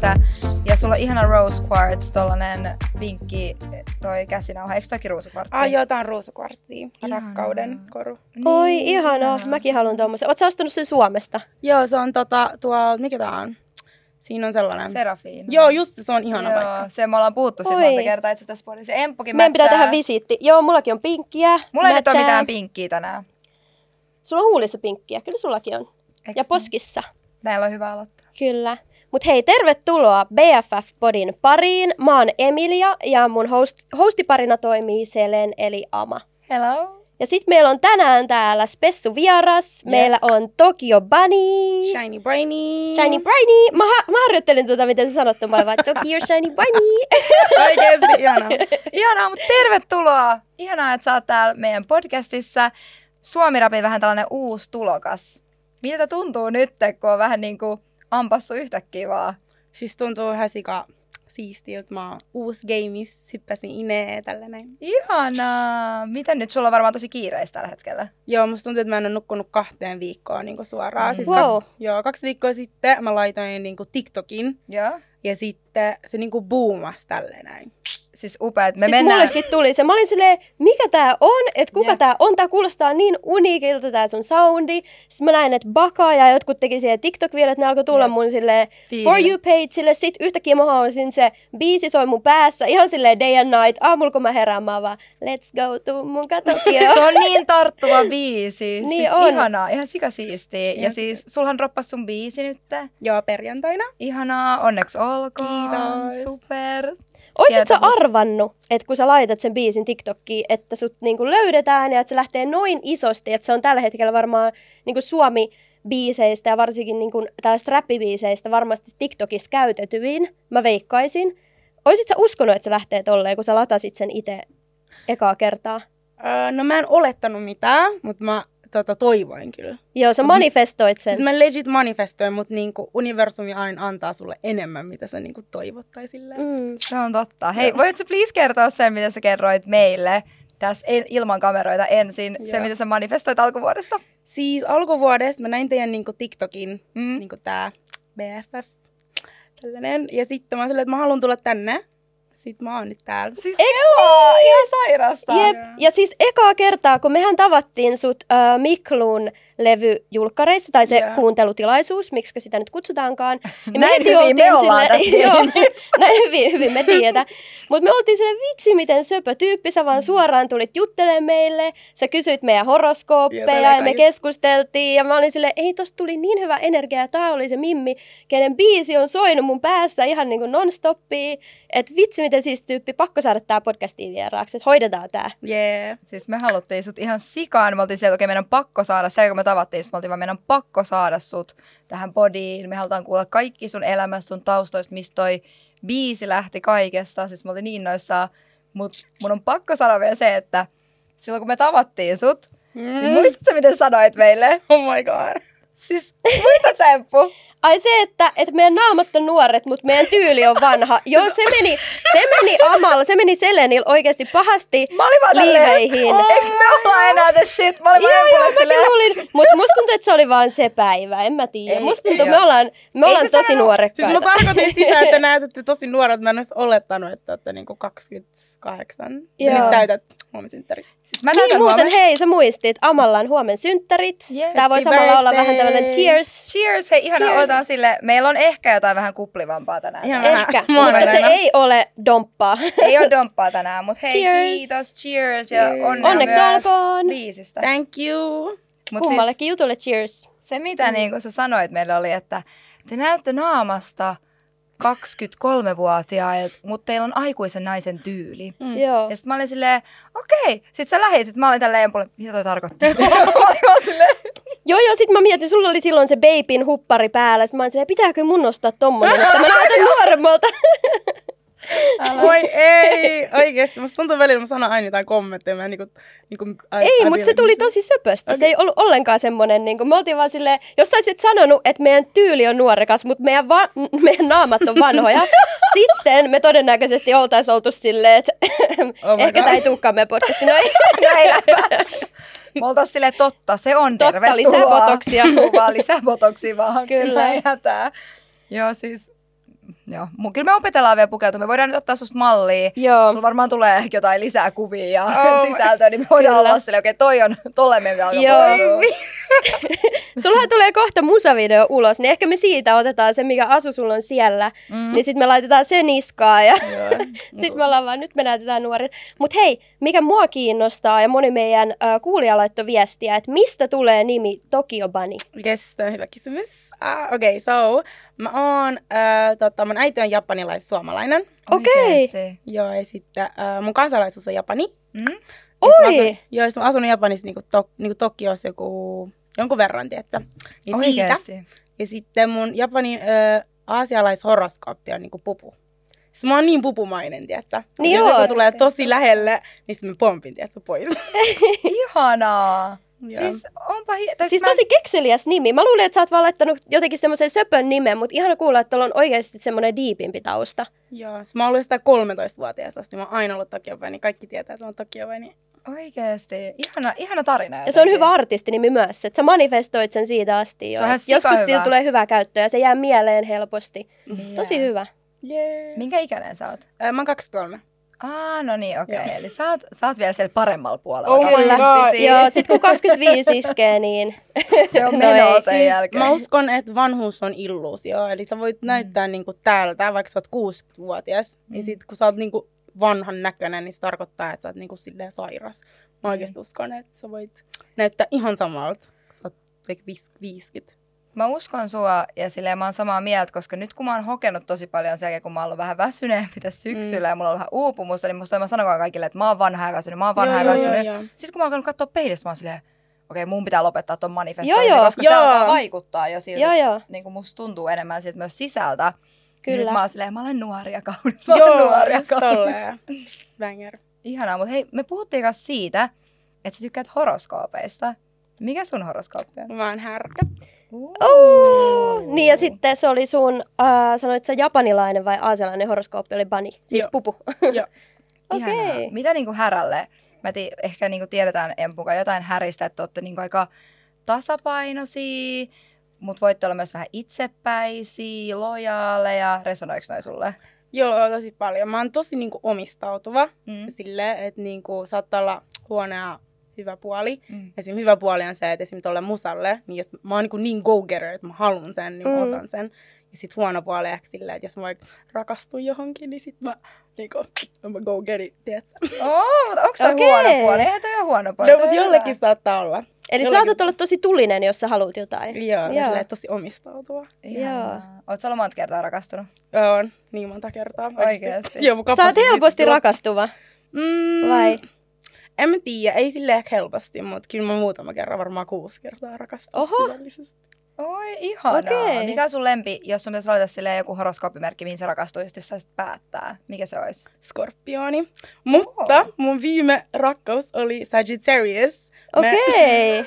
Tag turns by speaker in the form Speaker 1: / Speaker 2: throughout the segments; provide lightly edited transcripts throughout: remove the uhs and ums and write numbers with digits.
Speaker 1: Swedissä. Ja sulla on ihana rose quartz, tollanen pinkki toi käsinauha. Eikö toikin ruusukvartsi?
Speaker 2: Joo, tää on ruusukvartsi. Rakkauden koru.
Speaker 3: Niin, oi, ihanaa. Mäkin haluan tommosen. Oot sä ostanut sen Suomesta?
Speaker 2: Joo, se on tuolla, mikä tää on? Siinä on sellainen.
Speaker 1: Serafiina.
Speaker 2: Joo, just se on ihana paikka.
Speaker 1: Se me ollaan puhuttu siitä monta kertaa itse tässä podissa. Se Emppukin
Speaker 3: meidän pitää tehdä visiitti. Joo, mullakin on pinkkiä.
Speaker 1: Mulla ei nyt ole mitään pinkkiä tänään.
Speaker 3: Sulla on huulissa pinkkiä. Kyllä sullakin on.
Speaker 1: Eks
Speaker 3: ja poskissa.
Speaker 1: Näillä on hyvä aloittaa.
Speaker 3: Kyllä. Mut hei, tervetuloa BFF-podin pariin. Mä oon Emilia ja mun hostiparina toimii Selen eli Ama.
Speaker 1: Hello.
Speaker 3: Ja sit meillä on tänään täällä spessu vieras. Yeah. Meillä on Tokyo Bunny.
Speaker 2: Shiny Brainy.
Speaker 3: Shiny Brainy. Mä harjoittelin miten sä sanot mulle vaan Tokyo Shiny Bunny.
Speaker 2: Oikeesti, ihanaa.
Speaker 1: Ihanaa, mutta tervetuloa. Ihanaa, että sä oot täällä meidän podcastissa. Suomi-rapin vähän tällainen uusi tulokas. Miltä tuntuu nyt, kun on vähän niinku ampassu yhtäkkiä vaan?
Speaker 2: Siis tuntuu ihan siistiltä. Mä oon uusi gameis, hyppäsin ineen tällainen.
Speaker 1: Ihanaa! Miten nyt? Sulla on varmaan tosi kiireistä tällä hetkellä.
Speaker 2: Joo, musta tuntuu, että mä en ole nukkunut 2 viikkoa niin suoraan. Siis
Speaker 3: wow.
Speaker 2: 2 viikkoa sitten mä laitoin niin TikTokin.
Speaker 1: Joo.
Speaker 2: Ja sitten se niin boomasi tälleen näin.
Speaker 1: Siis upeat.
Speaker 3: Siis mullekin tuli se. Mä olin silleen, mikä tää on? Että kuka tää on? Tää kuulostaa niin uniikilta tää sun soundi. Sitten mä näin, että Baka ja jotkut teki siihen TikTok-videot. Ne alkoi tulla mun silleen For You-pageille. Sitten yhtäkkiä mä huomasin se biisi soi mun päässä. Ihan silleen day and night. Aamulla kun mä herään, mä vaan let's go to mun Tokyo.
Speaker 1: Se on niin tarttuva biisi.
Speaker 3: Niin
Speaker 1: siis
Speaker 3: on.
Speaker 1: Ihanaa. Ihan sikasiistiä. Ja siis sulhan droppas sun biisi nyt.
Speaker 2: Joo, perjantaina.
Speaker 1: Ihanaa. Onneksi olkoon.
Speaker 2: Kiitos.
Speaker 1: Super.
Speaker 3: Oisit sä arvannut, että kun sä laitat sen biisin TikTokkiin, että sut niinku löydetään ja että se lähtee noin isosti, että se on tällä hetkellä varmaan niinku Suomi-biiseistä ja varsinkin niinku tällaista räppibiiseistä varmasti TikTokissa käytetyin, mä veikkaisin. Oisit sä uskonut, että se lähtee tolleen, kun sä latasit sen itse ekaa kertaa?
Speaker 2: No mä en olettanut mitään, mutta mä toivoin kyllä.
Speaker 3: Joo, sä manifestoit sen.
Speaker 2: Siis mä legit manifestoin, mutta niinku universumi aina antaa sulle enemmän, mitä sä niinku toivot tai silleen.
Speaker 1: Se on totta. Hei, voitko please kertoa sen, mitä sä kerroit meille tässä ilman kameroita ensin, se mitä sä manifestoit alkuvuodesta?
Speaker 2: Siis alkuvuodesta mä näin teidän niinku TikTokin, niinku tää BFF, tällainen. Ja sitten mä oon silleen, että mä haluan tulla tänne. Sitten mä oon nyt täällä.
Speaker 1: Siis ihan sairasta.
Speaker 3: Jep. Ja siis ekaa kertaa, kun mehän tavattiin sut Mikluun levyjulkkareissa, tai se kuuntelutilaisuus, miksi sitä nyt kutsutaankaan.
Speaker 1: Niin näin hyvin me ollaan tässä.
Speaker 3: Näin hyvin me tiedetään. Mutta me oltiin silleen, vitsi miten söpö tyyppi, sä vaan suoraan tulit juttelemaan meille. Sä kysyit meidän horoskooppeja ja me keskusteltiin. Ja mä olin silleen, ei tosta tuli niin hyvä energia. Ja tää oli se Mimmi, kenen biisi on soinut mun päässä ihan niin kuin non-stoppia. Että vitsi miten siis tyyppi, pakko saada tää podcastiin vieraaksi, että hoidetaan tää.
Speaker 2: Yeah.
Speaker 1: Siis me haluttiin sut ihan sikaan. Me oltiin sieltä, okei, meidän pakko saada, se kun me tavattiin, me oltiin vaan meidän pakko saada sut tähän podiin. Me halutaan kuulla kaikki sun elämässä, sun taustoista, mistä toi biisi lähti kaikesta. Siis me oltiin niin noissaan. Mut mun on pakko sanoa vielä se, että silloin kun me tavattiin sut, niin muistatko miten sanoit meille?
Speaker 2: Oh my god.
Speaker 1: Siis muistat sä, Emppu?
Speaker 3: Ai se, että meidän naamat on nuoret, mutta meidän tyyli on vanha. Joo, se meni Amalla, se meni Selenil oikeasti pahasti liiveihin.
Speaker 1: Eikö me olla enää the shit? Mä olin
Speaker 3: Joo, mutta musta tuntuu, että se oli vaan se päivä, en mä tiedä. Musta tuntuu, että me ollaan tosi nuorekkaita.
Speaker 2: Siis mä tarkoitin sitä, että näytätte tosi nuoret. Mä en olisi olettanut, että olette niinku 28. Ja nyt täytät huomen synttärit.
Speaker 1: Siis mä
Speaker 3: niin muuten, hei, sä muistit, Amalla on huomen synttärit.
Speaker 1: Yes.
Speaker 3: Tää voi samalla olla vähän tämmönen cheers.
Speaker 1: Cheers, hei, ihana otetaan sille. Meillä on ehkä jotain vähän kuplivampaa tänään.
Speaker 3: Ehkä, mutta se ei ole domppaa.
Speaker 1: Ei ole domppaa tänään, mutta hei,
Speaker 3: cheers.
Speaker 1: Kiitos, cheers ja
Speaker 3: onneksi olkoon
Speaker 1: biisistä.
Speaker 2: Thank you.
Speaker 3: Kummallekin siis, jutulle cheers.
Speaker 1: Se mitä niin kuin sä sanoit meille oli, että te näytte naamasta 23-vuotiailta, mutta teillä on aikuisen naisen tyyli.
Speaker 3: Joo.
Speaker 1: Ja sit mä olin silleen, okei. Sit sä lähit, sit mä olin tälleen Empulle, mitä toi tarkoittaa? Mä olin vaan silleen.
Speaker 3: Joo, sit mä mietin, sulla oli silloin se Babein huppari päällä. Sit mä olin silleen, pitääkö mun ostaa tommonen, että mä näytän nuoremmalta.
Speaker 2: Oi ei, oikeesti. Musta tuntuu välillä, mä sanon aina jotain kommentteja.
Speaker 3: Ei, mutta se tuli tosi söpöstä. Okay. Se ei ollut ollenkaan semmonen, me oltiin vaan silleen, jos sä olisit sanonut, että meidän tyyli on nuorekas, mutta meidän naamat on vanhoja, sitten me todennäköisesti oltais oltu silleen, että ehkä tää ei tulekaan meidän podcastiin. No ei läpä.
Speaker 1: Me oltais silleen, totta, se on tervetuloa.
Speaker 3: Lisää botoksia.
Speaker 1: Vaan lisää botoksia vaan.
Speaker 3: Kyllä.
Speaker 1: Ei hätää. Joo, siis joo. Kyllä me opetellaan vielä pukeutua. Me voidaan nyt ottaa susta mallia.
Speaker 3: Joo.
Speaker 1: Sulla varmaan tulee ehkä jotain lisää kuvia ja sisältöä, niin me voidaan olla silleen, okei, toi on tolle me alkaa pukeutua.
Speaker 3: Sullahan tulee kohta musavideo ulos, niin ehkä me siitä otetaan se, mikä asu sulla on siellä. Niin sit me laitetaan se niskaan ja sit me ollaan vaan, nyt me näytetään nuoret. Mut hei, mikä mua kiinnostaa ja moni meidän kuulija laittoi viestiä, että mistä tulee nimi Tokyo Bunny?
Speaker 2: Yes, tämä on hyvä kysymys. Okei, so mun äiti on japanilais-suomalainen.
Speaker 3: Okei.
Speaker 2: Joo, ja sitten mun kansalaisuus on Japani.
Speaker 3: Oi!
Speaker 2: Joo, mä asun Japanissa niinku Tokiossa jonkun verran, tietsä. Ja
Speaker 1: Oikeesti?
Speaker 2: Ja sitten mun Japanin aasialaishoroskooppi on niinku pupu. Siis mä oon niin pupumainen, tietsä.
Speaker 3: Niin
Speaker 2: jos joku
Speaker 3: oot.
Speaker 2: tulee tosi lähelle, niin sitten mä pompin, tietsä, pois.
Speaker 1: Ihanaa.
Speaker 2: Joo.
Speaker 1: Siis onpa
Speaker 3: Siis tosi kekseliäs nimi. Mä luulin, että sä oot vaan laittanut jotenkin semmoisen söpön nimen, mutta ihana kuulla, että tuolla on oikeasti semmoinen diipimpi tausta.
Speaker 2: Joo, mä oon ollut sitä 13-vuotiaasta asti. Mä oon aina ollut Tokio-fani. Kaikki tietää, että mä oon Tokio-fani.
Speaker 1: Oikeesti. Ihana tarina jotenkin.
Speaker 3: Ja se on hyvä artistinimi myös, että sä manifestoit sen siitä asti jo.
Speaker 1: Se on ihan
Speaker 3: Joskus
Speaker 1: sikahyvä.
Speaker 3: sillä tulee hyvää käyttöä ja se jää mieleen helposti.
Speaker 1: Niin
Speaker 3: Tosi
Speaker 1: jää.
Speaker 3: hyvä.
Speaker 2: Yeah.
Speaker 1: Minkä ikäinen sä oot?
Speaker 2: Mä oon 23.
Speaker 1: No niin, okei. Eli sä oot vielä siellä paremmalla puolella.
Speaker 2: Oh my
Speaker 3: Kyllä.
Speaker 2: God.
Speaker 3: Joo, sit kun 25 iskee, niin
Speaker 1: Se on
Speaker 3: No
Speaker 1: menoa
Speaker 3: ei,
Speaker 1: sen
Speaker 2: Siis
Speaker 1: jälkeen.
Speaker 2: mä uskon, että vanhuus on illuusio. Eli sä voit näyttää niinku täältä, vaikka sä oot 60-vuotias. Ja sit kun sä oot niinku vanhan näköinen, niin se tarkoittaa, että sä oot niinku silleen sairas. Mä oikeesti uskon, että sä voit näyttää ihan samalta, kun sä oot 50.
Speaker 1: Mä uskon sua ja silleen mä oon samaa mieltä, koska nyt kun mä oon hokenut tosi paljon sen jälkeen, kun mä oon ollut vähän väsyneempi tässä syksyllä ja mulla on vähän uupumusta, niin musta mä sanon kaikille, että mä oon vanha ja väsynyt, mä oon vanha ja väsynyt.
Speaker 2: Joo.
Speaker 1: Sitten kun mä oon alkanut katsoa peilistä, mä oon silleen, okei, mun pitää lopettaa ton manifestoinnin,
Speaker 3: Joo,
Speaker 1: koska se
Speaker 2: joo.
Speaker 1: alkaa vaikuttaa jo siltä,
Speaker 3: Joo.
Speaker 1: niin kuin musta tuntuu enemmän siltä myös sisältä.
Speaker 3: Kyllä.
Speaker 1: Nyt mä oon silleen, mä olen nuori ja kaunis, mä olen
Speaker 2: Joo,
Speaker 1: nuori ja
Speaker 2: just
Speaker 1: kaunis.
Speaker 2: tolleen. Banger.
Speaker 1: Ihanaa, mutta hei, me puhuttiin kanssa siitä, että sä tykkäät horoskoopeista. Mikä sun horoskooppi on?
Speaker 2: Mä oon härkä.
Speaker 3: Niin ja sitten se oli sun, sanoit sä japanilainen vai aasialainen horoskooppi oli Bunny, siis
Speaker 2: Joo.
Speaker 3: pupu.
Speaker 2: Joo.
Speaker 1: Ihanaa.
Speaker 3: Okei.
Speaker 1: Mitä niinku härälle? Ehkä niinku tiedetään Empuka jotain häristä, että olette niinku aika tasapainoisia, mutta voitte olla myös vähän itsepäisiä, lojaaleja. Resonoiko noi sulle?
Speaker 2: Joo, tosi paljon. Mä oon tosi niinku omistautuva silleen, että niinku saattaa olla huono ja hyvä puoli. Esim. Hyvä puoli on se, että esim. Tolle musalle, niin jos mä oon niin go-getter, että mä haluan sen, niin mä otan sen. Ja sit huono puoli ehkä silleen, että jos mä vaikka rakastun johonkin, niin sit mä niinku, mä go-getin, tietsä?
Speaker 1: Mutta onko se
Speaker 3: Okei.
Speaker 1: huono puoli? Eihän toi ole huono puoli.
Speaker 2: No,
Speaker 1: toi
Speaker 2: mutta
Speaker 1: on
Speaker 2: jollekin
Speaker 1: hyvä.
Speaker 2: saattaa olla.
Speaker 3: Eli sä saatat olla tosi tulinen, jos sä haluat jotain.
Speaker 2: Joo, ja silleen tosi omistautuva.
Speaker 1: Ihanaa. Oot sä ollut monta kertaa rakastunut?
Speaker 2: Oon niin monta kertaa.
Speaker 1: Oikeesti?
Speaker 2: Joo, mun
Speaker 3: Sä oot
Speaker 2: kapasiteetti
Speaker 3: helposti
Speaker 2: loppu.
Speaker 3: rakastuva, vai?
Speaker 2: En mä tiedä, ei silleen ehkä helposti, mutta kyllä mä muutama kerran, varmaan 6 kertaa rakastunut
Speaker 3: Oho.
Speaker 2: syvällisesti.
Speaker 1: Oi, ihanaa.
Speaker 3: Okei.
Speaker 1: Mikä on sun lempi, jos sun pitäisi valita silleen joku horoskooppimerkki, mihin sä rakastuisit, jos saisit päättää? Mikä se olisi?
Speaker 2: Skorpioni. Mutta mun viime rakkaus oli Sagittarius.
Speaker 3: Okei.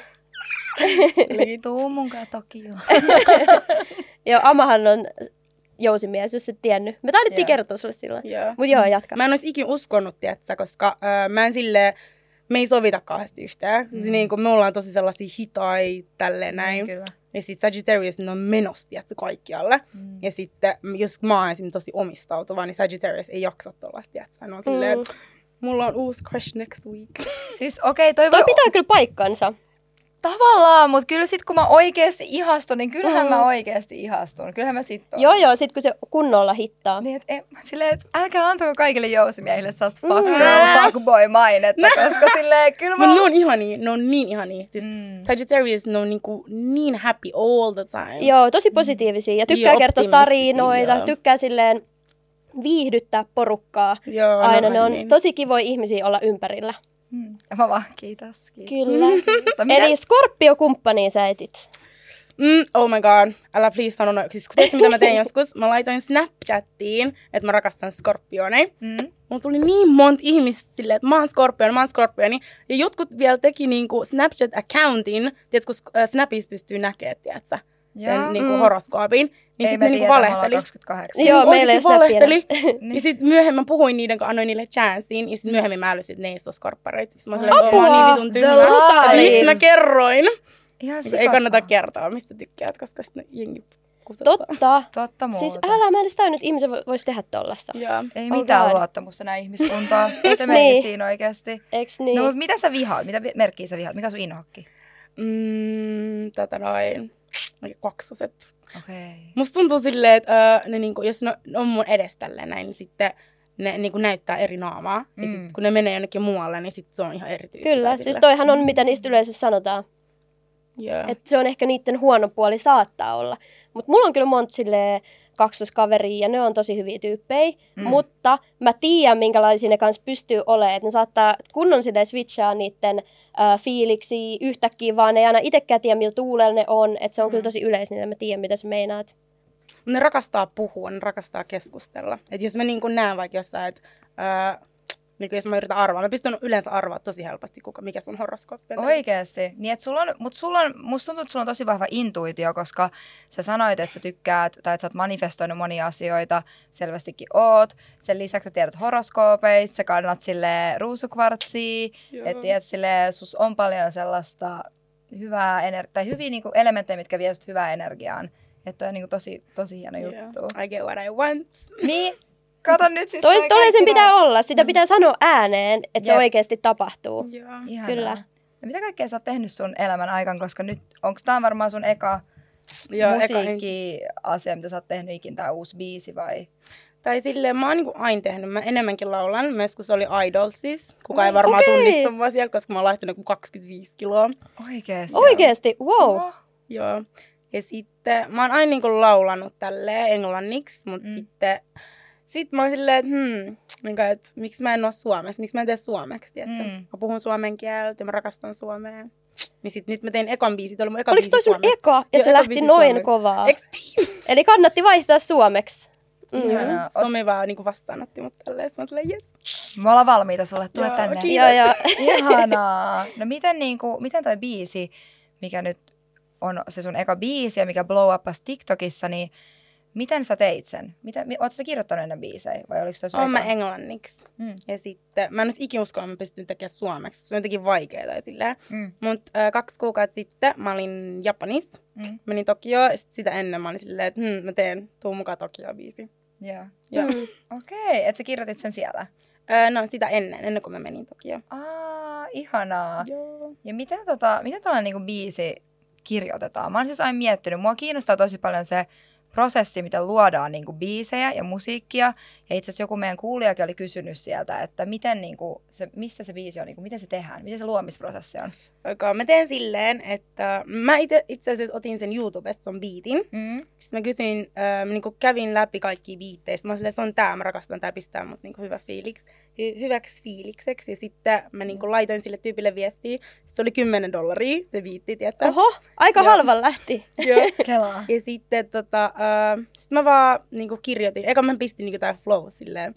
Speaker 1: Tuu munkaan Tokioon.
Speaker 3: Joo, Amahan on jousimies, jos et tiennyt. Me taidettiin
Speaker 1: Joo.
Speaker 3: kertoa sulle silloin.
Speaker 2: Joo.
Speaker 3: Mut joo, jatka.
Speaker 2: Mä en olisi ikin uskonut, tietsä, koska mä en silleen, me ei sovita kauheasti yhtään. Se niin kuin me ollaan tosi sellaisia hitaita, tälleen näin.
Speaker 1: Kyllä.
Speaker 2: Ja sit Sagittarius, ne on menossa, tietsä, kaikkialle. Ja sitten, jos mä oon esimerkiksi tosi omistautuva, niin Sagittarius ei jaksa tollaista, tietsä. Ne on silleen, mulla on uusi crush next week.
Speaker 1: Siis okei, toi
Speaker 3: Toi
Speaker 1: voi
Speaker 3: pitää kyllä paikkansa.
Speaker 1: tavallaan, mutta kyllä sit kun mä oikeesti ihastun, niin kyllähän mä oikeesti ihastun. Kyllähän mä sit oon.
Speaker 3: Joo, sit kun se kunnolla hittaa.
Speaker 1: Niin, silleen, että älkää antako kaikille jousimiehille sellaista fuck girl, fuck boy mainetta, koska silleen, kyllä
Speaker 2: Mutta
Speaker 1: mä...
Speaker 2: ne on ihania, ne on niin ihania. Siis Sagittarius, ne on niin happy all the time.
Speaker 3: Joo, tosi positiivisia. Ja tykkää
Speaker 2: Niin,
Speaker 3: kertoa
Speaker 2: optimistisia,
Speaker 3: tarinoita,
Speaker 2: joo.
Speaker 3: tykkää silleen viihdyttää porukkaa.
Speaker 2: Joo,
Speaker 3: Aina
Speaker 2: no
Speaker 3: ne on
Speaker 2: niin.
Speaker 3: tosi kivoja ihmisiä olla ympärillä.
Speaker 1: Mä vaan, kiitos.
Speaker 3: Kyllä.
Speaker 1: Mitä?
Speaker 3: Eli Skorpio-kumppaniin sä etit.
Speaker 2: Oh my god, älä please sano noin. Siis kun tiedätkö, mitä mä tein joskus? Mä laitoin Snapchattiin, että mä rakastan skorpioneja. Mulla tuli niin monta ihmistä silleen, että mä oon skorpioni. Ja jotkut vielä teki niinku Snapchat-accountin, tiedätkö, kun Snapissa pystyy näkemään, tiedätkö, sen niinku horoskoopin. Niin
Speaker 1: Ei
Speaker 2: sit
Speaker 1: me
Speaker 2: ne niinku
Speaker 1: tiedä, me ollaan
Speaker 2: valehteli.
Speaker 1: 28.
Speaker 3: Joo,
Speaker 2: Niinku
Speaker 3: meillä ei
Speaker 2: oikeesti
Speaker 3: ole Snappia
Speaker 2: valehteli. Ja sit myöhemmin mä puhuin niiden kanssa, annoin niille chanssiin. Ja sit myöhemmin mä älysin, että ne ei ole skorppareita. Sit mä oon silleen,
Speaker 3: Apua!
Speaker 2: mä oon niin vitun tyhmä.
Speaker 3: Brutaalis.
Speaker 2: Että miksi mä kerroin?
Speaker 1: Ihan
Speaker 2: Ei
Speaker 1: sikana.
Speaker 2: kannata kertoa, mistä tykkäät, koska sitten jengi
Speaker 3: Totta.
Speaker 1: Totta muuta.
Speaker 3: Siis mä en edes tajunnut, että ihmiset vois tehdä tollasta.
Speaker 2: Joo.
Speaker 1: Ei
Speaker 3: Oh
Speaker 1: mitään
Speaker 3: God.
Speaker 1: luottamusta näin ihmiskuntaa.
Speaker 3: Eiks
Speaker 1: Se meni
Speaker 3: niin?
Speaker 1: siinä oikeasti.
Speaker 3: Eiks niin?
Speaker 1: No mutta mitä sä vihaat? Mitä merkkiä sä vihaat? Mikä on sun inhohokki?
Speaker 2: Kaksoset.
Speaker 1: Okei.
Speaker 2: Musta tuntuu silleen, että ne niinku, jos ne on mun edes tälleen näin, niin sitten ne niinku näyttää eri naamaa. Ja sit kun ne menee jonnekin muualle, niin sit se on ihan eri tyyppi.
Speaker 3: Kyllä, siis toihan on mitä niistä yleensä sanotaan.
Speaker 2: Joo.
Speaker 3: Että se on ehkä niiden huono puoli saattaa olla. Mutta mulla on kyllä monta silleen kaksoskaveria ja ne on tosi hyviä tyyppejä. Mutta mä tiedän, minkälaisia ne kanssa pystyy olemaan. Että ne saattaa kunnon silleen switchaa niiden fiiliksi yhtäkkiä, vaan ne ei aina itsekään tiedä, millä tuulella ne on. Että se on kyllä tosi yleistä, niin mä tiedän, mitä sä meinaat.
Speaker 2: Ne rakastaa puhua, ne rakastaa keskustella. Et jos mä niinku näen vaikka jossain, että niin jos mä yritän arvaa, mä pystyn yleensä arvaa tosi helposti, mikä sun horoskooppi on.
Speaker 1: Oikeesti. Niin, että musta tuntuu, että sulla on tosi vahva intuitio, koska sä sanoit, että sä tykkäät, tai että sä oot manifestoinut monia asioita, selvästikin oot. Sen lisäksi sä tiedät horoskoopeista, sä kannat silleen ruusukvartsia, että tiedät silleen, sus on paljon sellaista hyvää tai hyviä niinku elementtejä, mitkä vie sut hyvää energiaan. Että on niinku tosi hieno juttu.
Speaker 2: I get what I want.
Speaker 1: Niin. Kato nyt siis.
Speaker 3: Tollaisen pitää olla. Sitä pitää sanoa ääneen, että se oikeasti tapahtuu.
Speaker 2: Joo.
Speaker 1: Ihanaa.
Speaker 3: Kyllä.
Speaker 1: No mitä kaikkea sä oot tehnyt sun elämän aikana, koska nyt, onko tää varmaan sun eka musiikki-asia, mitä sä oot tehnyt ikin, tää uusi biisi vai?
Speaker 2: Tai silleen, mä oon niinku aina tehnyt. Mä enemmänkin laulan. Myös kun se oli Idolsissa. Kuka ei varmaan tunnista mua siellä, koska mä oon laittanut 25 kiloa.
Speaker 1: Oikeesti?
Speaker 3: Oikeesti? Wow.
Speaker 2: Joo. Ja sitten mä oon aina niinku laulanut tälleen englanniksi, mutta sitten mä oon silleen, että miksi mä en oo suomeksi, miksi mä en tee suomeksi, tiedätkö? Mä puhun suomen kieltä ja mä rakastan suomea. Niin sit nyt mä tein ekan biisi, oli mun eka biisi
Speaker 3: suomeksi. Oliko toi sun eka ja se lähti noin suomeksi. Kovaa? Eli kannatti vaihtaa suomeksi.
Speaker 2: Suomi vaan niinku vastaanotti mut tälleen, mä oon silleen yes.
Speaker 1: Me ollaan valmiita sulle, tule tänne.
Speaker 3: Joo.
Speaker 1: Ihanaa. No miten toi biisi, mikä nyt on se sun eka biisi ja mikä blow uppas TikTokissa, niin miten sä teit sen? Ootko sä kirjoittanut ennen biisejä vai oliko toi sun
Speaker 2: Oon mä englanniksi. Ja sitten, mä en olisi ikinä uskonut, että mä pystyn tekemään suomeksi. Se on jotenkin vaikeaa ja silleen. Mut 2 kuukautta sitten mä olin Japanissa. Menin Tokioon ja sit sitä ennen mä olin silleen, että mä tuu mukaan Tokio-biisi.
Speaker 1: Joo. Okei, että sä kirjoitit sen siellä?
Speaker 2: No sitä ennen kuin mä menin Tokioon.
Speaker 1: Ihanaa.
Speaker 2: Joo.
Speaker 1: Ja miten tällainen niinku biisi kirjoitetaan? Mä oon siis aina miettinyt, mua kiinnostaa tosi paljon se prosessi, miten luodaan niinku biisejä ja musiikkia. Ja itse asiassa joku meidän kuulijakin oli kysynyt sieltä, että miten niinku missä se biisi on, niinku, miten se tehdään, miten se luomisprosessi on.
Speaker 2: Mä teen silleen, että mä itse asiassa otin sen YouTubesta, sen beatin. Sitten mä kysyin, mä niinku kävin läpi kaikkia biittejä. Sitten mä silleen, se on tää, mä rakastan, tää pistää mut niinku hyväksi fiilikseksi. Ja sitten mä niinku laitoin sille tyypille viestiä. Se oli $10 se biitti, tiedätkö?
Speaker 3: Oho, aika halvan lähti.
Speaker 2: Joo.
Speaker 1: Kelaa.
Speaker 2: Ja sitten sit mä vaan niinku kirjoitin. Eka mä pistin niinku tää flow silleen.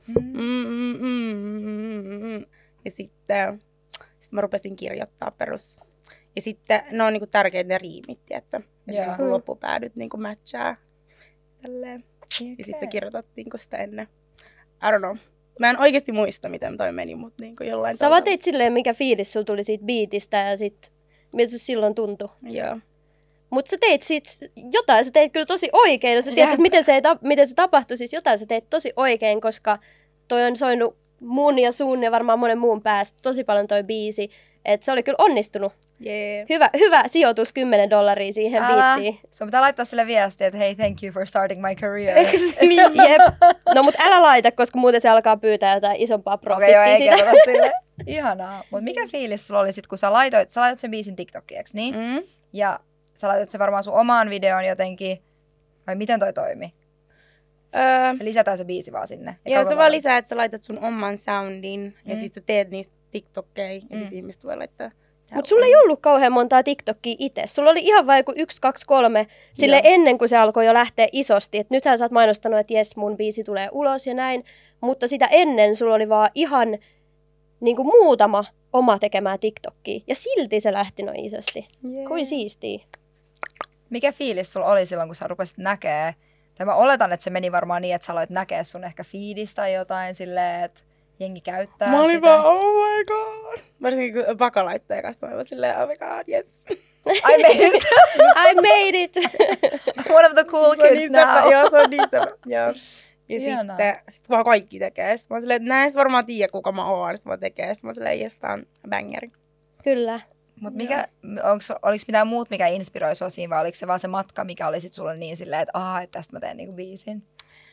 Speaker 2: Ja sitten mä rupesin kirjoittaa perus. Ja sitten ne on niinku tärkeitä ne riimit, tiedätkö? Että niinku loppupäädyt niinku matchaa. Tälleen. Ja sitten sä kirjoitat niinku sitä ennen. I don't know. Mä en oikeasti muista, miten toi meni, mutta niinku jollain
Speaker 3: tavalla. Sä vaan teit silleen, mikä fiilis sulla tuli siitä biitistä ja sit miltä se silloin tuntui.
Speaker 2: Joo.
Speaker 3: Mutta sä teit siitä jotain, sä teit kyllä tosi oikein. Ja sä tiedät, että miten se tapahtui, siis jotain sä teit tosi oikein, koska toi on soinut mun ja sun ja varmaan monen muun päästä tosi paljon toi biisi. Että se oli kyllä onnistunut.
Speaker 2: Yeah.
Speaker 3: Hyvä sijoitus $10 siihen biittiin.
Speaker 1: Sun pitää laittaa sille viestiä, että hei, thank you for starting my career.
Speaker 3: Jep. No mut älä laita, koska muuten se alkaa pyytää jotain isompaa profittia siitä.
Speaker 1: Okei, ei sille. Ihanaa. Mut mikä fiilis sulla oli sit, kun sä laitoit sen biisin TikTokiin, eiks niin? Ja sä laitoit sen varmaan sun omaan videoon jotenkin, vai miten toi toimi? Se lisätään se biisi vaan sinne.
Speaker 2: Joo, se vaan lisää, että sä laitat sun oman soundin ja sit sä teet niistä TikTokkeja ja sit ihmiset voi laittaa.
Speaker 3: Mut sulla ei ollut kauhean montaa TikTokia itse. Sulla oli ihan vain joku 1, 2, 3 sille ennen kuin se alkoi jo lähteä isosti. Et nythän sä oot mainostanut, että jes, mun biisi tulee ulos ja näin. Mutta sitä ennen sulla oli vaan ihan niinku muutama oma tekemää TikTokia. Ja silti se lähti noin isosti. Yeah. Kuin siistiä.
Speaker 1: Mikä fiilis sulla oli silloin, kun sä rupesit näkee? Tai mä oletan, että se meni varmaan niin, että sä aloit näkee sun ehkä feedistä tai jotain silleen, että jengi käyttää
Speaker 2: mä olin
Speaker 1: sitä.
Speaker 2: vaan, oh my god. Varsinkin kun Baka laittaa kanssa, mä olin silleen, oh my god, yes.
Speaker 1: I made it.
Speaker 3: I made it!
Speaker 1: One of the cool kids now.
Speaker 2: Joo, se on niin sepä. Joo. Ja
Speaker 1: Ihanaa.
Speaker 2: sitten vaan kaikki tekee. Sitten mä oon silleen, että nää edes varmaan tiedä, kuka mä oon. Sitten mä tekee. Sitten mä oon silleen, jes, tää on bangeri.
Speaker 3: Kyllä.
Speaker 1: Mut oliko mitään muut, mikä inspiroi sua siinä, vai oliko se vaan se matka, mikä oli sit sulle niin silleen, että että tästä mä teen niinku biisin?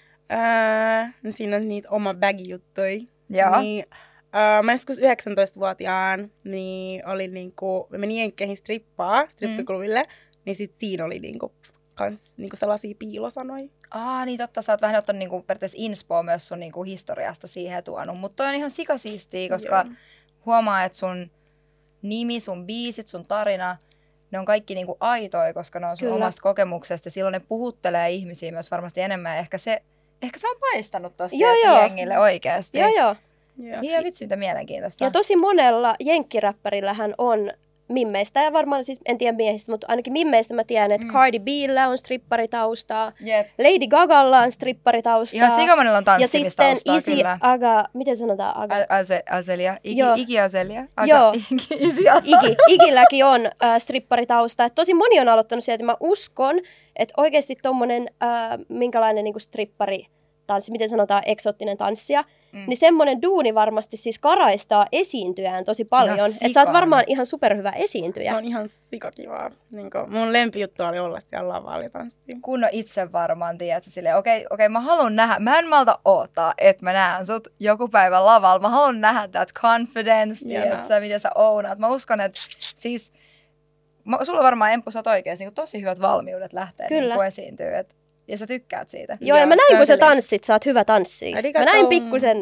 Speaker 2: No siinä on niitä oma bag-juttuja.
Speaker 1: Joo.
Speaker 2: Niin, mä joskus 19-vuotiaan, niin oli niinku, mä menin Jenkkeihin strippiklubille, niin sit siinä oli niinku, kans niinku sellaisia piilosanoja.
Speaker 1: Niin totta, sä oot vähän ottanut niinku periaatteessa inspoa myös sun niinku historiasta siihen tuonut, mutta toi on ihan sikasiistia, koska huomaa, että sun nimi, sun biisit, sun tarina, ne on kaikki niinku aitoja, koska ne on sun omasta kokemuksesta ja silloin ne puhuttelee ihmisiä myös varmasti enemmän ja ehkä se on paistanut tosta jengille oikeasti.
Speaker 3: Joo.
Speaker 1: Niin ja vitsi, mitä mielenkiintoista.
Speaker 3: Ja tosi monella jenkkiräppärillähän on mimmeistä, ja varmaan siis, en tiedä miehistä, mutta ainakin mimmeistä mä tiedän, että Cardi B:llä on stripparitaustaa, Lady Gagalla on stripparitaustaa.
Speaker 1: Ihan sikamonella on tanssimistaustaa,
Speaker 3: ja sitten Iggy Aga, miten sanotaan Aga?
Speaker 1: Azelia, Iggy Azelia.
Speaker 3: Joo, Igilläkin on stripparitaustaa. Et tosi moni on aloittanut sieltä, mä uskon, että oikeasti tommonen, minkälainen niinku strippari-tanssi, miten sanotaan, eksoottinen tanssia, niin semmoinen duuni varmasti siis karaistaa esiintyjään tosi paljon. Että sä oot varmaan ihan superhyvä esiintyjä.
Speaker 2: Se on ihan sikakivaa. Niin mun lempijuttu oli olla siellä lavalla ja tanssia.
Speaker 1: Kun on itse varmaan, tiedätkö, silleen, okei, mä haluan nähdä, mä en malta odottaa, että mä näen sut joku päivä lavalla. Mä haluan nähdä that confidence, tiedätkö, miten sä ounaat. Mä uskon, että siis, sulla varmaan Emppu, sä oot oikeasti niin tosi hyvät valmiudet lähteä niin esiintyä. Ja sä tykkäät siitä.
Speaker 3: Joo, ja mä näin, kun sä tanssit, sä oot hyvä tanssia. Mä näin pikkusen.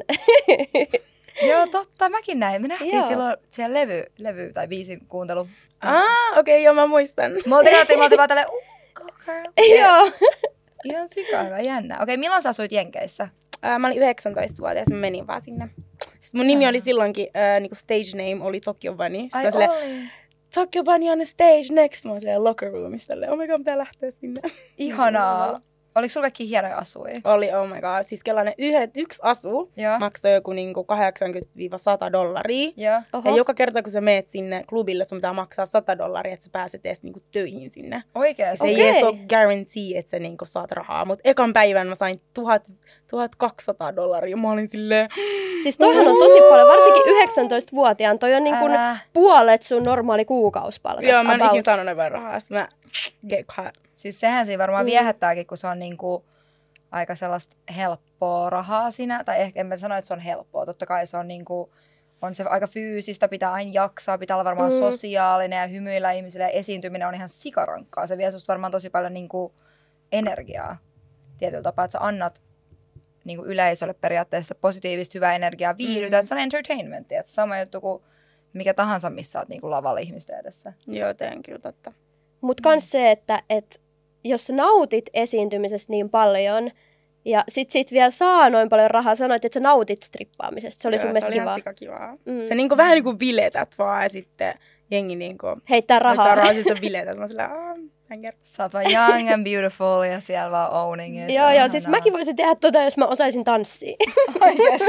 Speaker 1: Joo, totta, mäkin näin. Me nähtiin silloin siellä levy tai biisin kuuntelu.
Speaker 2: Okei, joo, mä muistan.
Speaker 1: Me oltiin vaan tälleen, go girl.
Speaker 3: Joo.
Speaker 1: Ihan sika jännä. Okei, milloin sä asuit Jenkeissä?
Speaker 2: Mä olin 19-vuotias, mä menin vaan sinne. Sitten mun nimi oli silloinkin, niinku stage name oli Tokyo Bunny. Sitten
Speaker 1: oli.
Speaker 2: Tokyo Bunny on the stage next. Mä oon siellä locker roomissa. Oh my god, pitää lähteä sinne.
Speaker 1: Ihanaa. Oliko sulla kaikki hienoja asuja?
Speaker 2: Oli, oh my god. Siis kellainen yksi asu maksoi joku niinku $80–100. Ja joka kerta, kun sä meet sinne klubille, sun pitää maksaa $100, että sä pääset edes niinku töihin sinne.
Speaker 1: Oikeesti?
Speaker 2: Se ei edes ole guarantee, että sä niinku saat rahaa. Mutta ekan päivän mä sain $1,200. Mä olin silleen...
Speaker 3: Siis toihan on tosi paljon, varsinkin 19-vuotiaan. Toi on niinku puolet sun normaali kuukausipalkasta.
Speaker 2: Joo, mä en ikinä saanut näin rahaa. Sitten mä get caught.
Speaker 1: Siis sehän siinä varmaan viehättääkin, kun se on niinku aika sellaista helppoa rahaa siinä. Tai ehkä en mä sano, että se on helppoa. Totta kai se on niinku, on se aika fyysistä, pitää aina jaksaa, pitää olla varmaan sosiaalinen ja hymyillä ihmisille. Ja esiintyminen on ihan sikarankkaa. Se vie susta varmaan tosi paljon niinku energiaa tietyllä tapaa, että sä annat niinku yleisölle periaatteessa positiivista, hyvää energiaa, viihdytä. Se on entertainment, että sama juttu kuin mikä tahansa, missä oot niinku lavalla ihmisten edessä.
Speaker 2: Joo, teen kyllä totta.
Speaker 3: Mutta kans se, että jos sä nautit esiintymisestä niin paljon ja sit vielä saa noin paljon rahaa, sanoit, että sä nautit strippaamisesta. Se oli sun mielestä kivaa.
Speaker 2: Se oli ihan kivaa. Se niinku vähän niinku biletät vaan ja sitten jengi niinku...
Speaker 3: Heittää rahaa.
Speaker 2: Siis sä biletät. Mä silleen,
Speaker 1: sä oot vaan young and beautiful ja siellä vaan owning it.
Speaker 3: Joo, siis mäkin voisin tehdä jos mä osaisin tanssia.
Speaker 1: Oikeesti.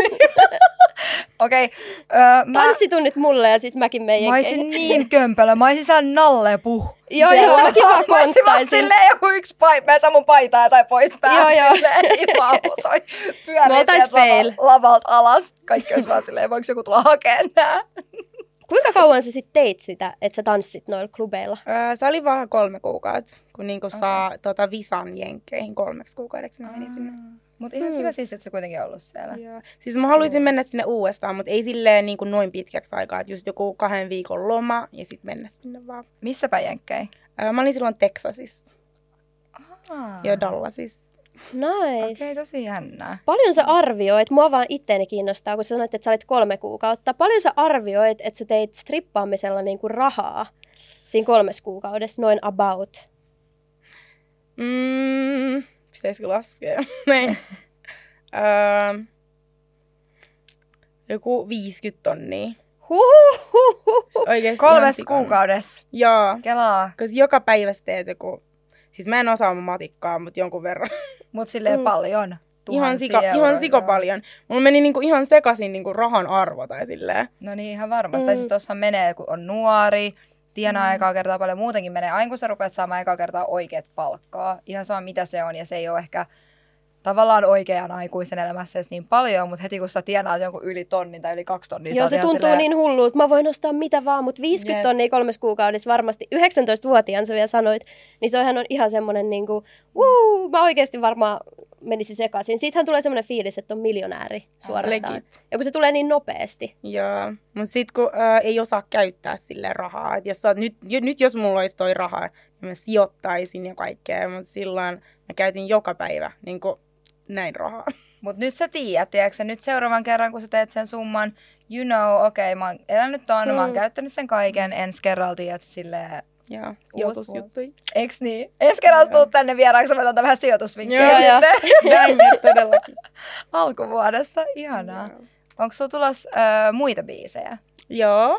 Speaker 1: Okei.
Speaker 3: Tanssitunnit mulle ja sit mäkin meidän.
Speaker 1: Mä oisin niin kömpelö. Mä oisin siellä nallepu.
Speaker 3: Joo, mäkin vaan konttaisin. Mä
Speaker 1: oisin vaan silleen joku yksi paita. Mä en saa mun paitaa tai pois päältä.
Speaker 3: Joo.
Speaker 1: Silleen soi pyörii sieltä lavalta alas. Kaikki olisi vaan silleen, voiko joku tulla hakemaan nää?
Speaker 3: Kuinka kauan sä sit teit sitä, että sä tanssit noilla klubeilla?
Speaker 2: Se oli vaan 3 kuukautta, kun niinku saa visan Jenkkeihin 3 kuukaudeksi mä menin sinne.
Speaker 1: Mutta ihan sillä siis, että sä kuitenkin ollut siellä.
Speaker 2: Joo. Siis mä haluaisin mennä sinne uudestaan, mutta ei silleen niin kuin noin pitkäksi aikaa. Että just joku 2 viikon loma ja sitten mennä sinne vaan.
Speaker 1: Missäpä Jenkkei?
Speaker 2: Mä olin silloin Texasissa. Ja Dallasissa.
Speaker 3: Nice.
Speaker 1: Okei, tosi jännää.
Speaker 3: Paljon sä arvioit, mua vaan itteeni kiinnostaa, kun sä sanoit, että sä olit 3 kuukautta. Paljon sä arvioit, että sä teit strippaamisella niinku rahaa siinä 3 kuukaudessa, noin about?
Speaker 2: Pitäisikö laskea? Joku 50 000.
Speaker 1: Oikeesti 3 kuukaudessa?
Speaker 2: Joo.
Speaker 1: Kelaa.
Speaker 2: Koska joka päivä teet joku... Siis mä en osaa mun matikkaa, mutta jonkun verran.
Speaker 1: Mut silleen paljon.
Speaker 2: Ihan sika paljon. Mulla meni niinku ihan sekaisin niinku rahan arvo tai silleen.
Speaker 1: No niin, ihan varmasti. Tai siis tossahan menee, kun on nuori, tienaa ekaa kertaa paljon, muutenkin menee. Aina kun sä rupeat saamaan ekaa kertaa oikeat palkkaa, ihan sama mitä se on, ja se ei ole ehkä tavallaan oikean aikuisen elämässä edes niin paljon, mutta heti kun sä tienaat jonkun yli tonnin tai yli 2 tonnia,
Speaker 3: joo, se tuntuu
Speaker 1: silleen...
Speaker 3: niin hullu, että mä voin ostaa mitä vaan, mutta 50 tonnia 3 kuukaudessa varmasti 19-vuotiaan sä vielä sanoit, niin toihan on ihan semmoinen niinku, mä oikeasti varmaan menisin sekaisin. Siitähän tulee semmoinen fiilis, että on miljonääri suorastaan.
Speaker 2: Legit.
Speaker 3: Ja kun se tulee niin nopeasti.
Speaker 2: Joo, mutta sitten kun ei osaa käyttää sille rahaa, että jos nyt jos mulla olisi toi raha, niin mä sijoittaisin ja kaikkea, mutta silloin mä käytin joka päivä niin kuin näin rahaa.
Speaker 1: Mutta nyt sä tiedät, tiedätkö, nyt seuraavan kerran, kun sä teet sen summan, you know, okei, mä oon elänyt ton, mä oon käyttänyt sen kaiken, ensi kerralla tiedät silleen.
Speaker 2: Joo, sijoitusjuttuja.
Speaker 1: Eiks niin? Ensi kerralla tuut tänne vieraaksi, mä otan vähän sijoitusvinkkejä sitten.
Speaker 2: Näin todellakin.
Speaker 1: Alkuvuodesta, ihanaa. Onko sulla tulossa muita biisejä?
Speaker 2: Joo.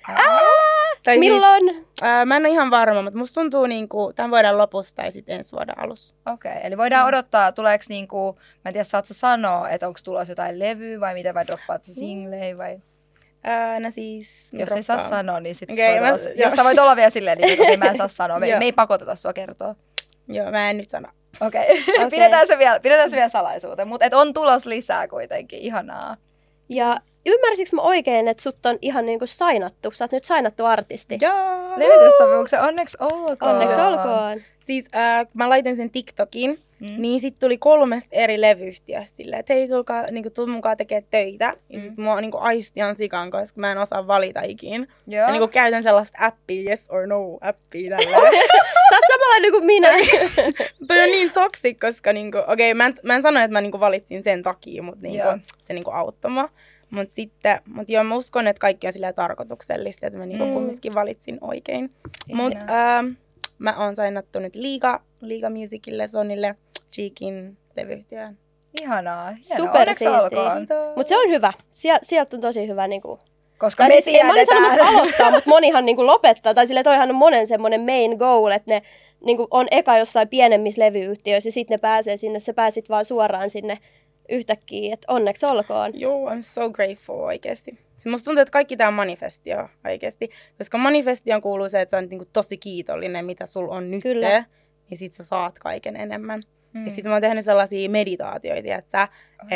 Speaker 3: Tai milloin?
Speaker 2: Siis, mä en ole ihan varma, mutta musta tuntuu niinku tämän vuoden lopussa tai sitten ensi vuoden alussa.
Speaker 1: Okei, eli voidaan odottaa, tuleeko niinku, mä en tiedä, saat sä sanoa, että onko tulossa jotain levyä vai mitä, vai droppaat sä singlejä vai?
Speaker 2: No siis...
Speaker 1: Jos ei saa sanoa, niin sitten
Speaker 2: jos
Speaker 1: sä voit olla vielä silleen, niin okei, mä en saa sanoa, me ei pakoteta sua kertoa.
Speaker 2: Joo, mä en nyt sano.
Speaker 1: Okei. Pidetään se vielä salaisuuteen, mutta on tulos lisää kuitenkin, ihanaa.
Speaker 3: Ja ymmärsikö mä oikein, että sut on ihan niinku sainattu? Sä oot nyt sainattu artisti.
Speaker 2: Joo!
Speaker 1: Levityssopimuksen, onneksi olkoon.
Speaker 3: Onneksi olkoon.
Speaker 2: Siis mä laitan sen TikTokin, niin sit tuli 3 eri levyyhtiöstä silleen, että hei, tuu mukaan tekee töitä. Ja sit mua niinku aistian sikan, koska mä en osaa valita ikin.
Speaker 1: Joo.
Speaker 2: Ja niinku käytän sellaista appia, yes or no appia tälleen.
Speaker 3: Sä oot samanlainen kuin minä.
Speaker 2: Toi on niin toksik, koska niinku, mä en sano, että mä niinku valitsin sen takia, mutta niinku, se niinku auttoi mua. Mut joo, mä uskon, että kaikki on silleen tarkoituksellista, että mä niinku kumminkin valitsin oikein. Mut mä oon sainattu nyt Liiga Musicille, Sonille, Cheekin levyyhtiöön.
Speaker 1: Ihanaa, hienoa.
Speaker 3: Supersiistiä. Mut se on hyvä. Sieltä on tosi hyvä niinku...
Speaker 1: Koska me
Speaker 3: siis, mä olin sanomassa aloittaa, mutta monihan niinku lopettaa. Tai silleen toihan on monen semmonen main goal, että ne niinku on eka jossain pienemmissä levyyhtiöissä ja sitten ne pääsee sinne. Sä pääsit vaan suoraan sinne yhtäkkiä, että onneksi olkoon.
Speaker 2: Joo, I'm so grateful oikeesti. Musta tuntuu, että kaikki tää on manifestio oikeesti. Koska manifestioon kuuluu se, että sä oot niinku tosi kiitollinen, mitä sul on nyt. Kyllä. Ja sit sä saat kaiken enemmän. Ja sit mä oon tehnyt sellaisia meditaatioita, että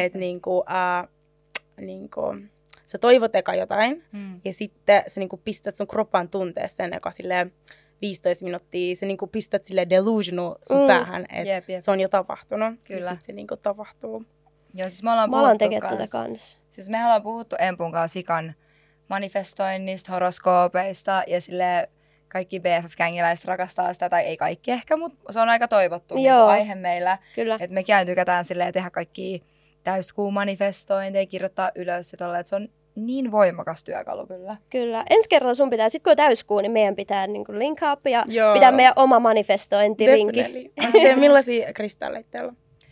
Speaker 2: sä toivot eka jotain. Ja sitten sä niinku pistät sun kroppaan tuntea sen eka silleen 15 minuuttia. Sä niinku pistät silleen delusional sun päähän, että se on jo tapahtunut. Kyllä. Ja sit se niinku tapahtuu.
Speaker 1: Joo, siis me ollaan tekemään tätä kanssa. Siis me ollaan puhuttu Empun kanssa sikan manifestoinnista, horoskoopeista ja sille kaikki BFF-gängiläiset rakastaa sitä, tai ei kaikki ehkä, mutta se on aika toivottu niin aihe meillä. Että mekin tykätään silleen tehdä kaikki täyskuun manifestointeja, kirjoittaa ylös ja tolle, että se on niin voimakas työkalu kyllä.
Speaker 3: Kyllä. Ensi kerralla sun pitää, sit kun on täyskuu, niin meidän pitää niinku link up ja pitää meidän oma manifestointirinki.
Speaker 2: Onko se millaisia kristalleita teillä on?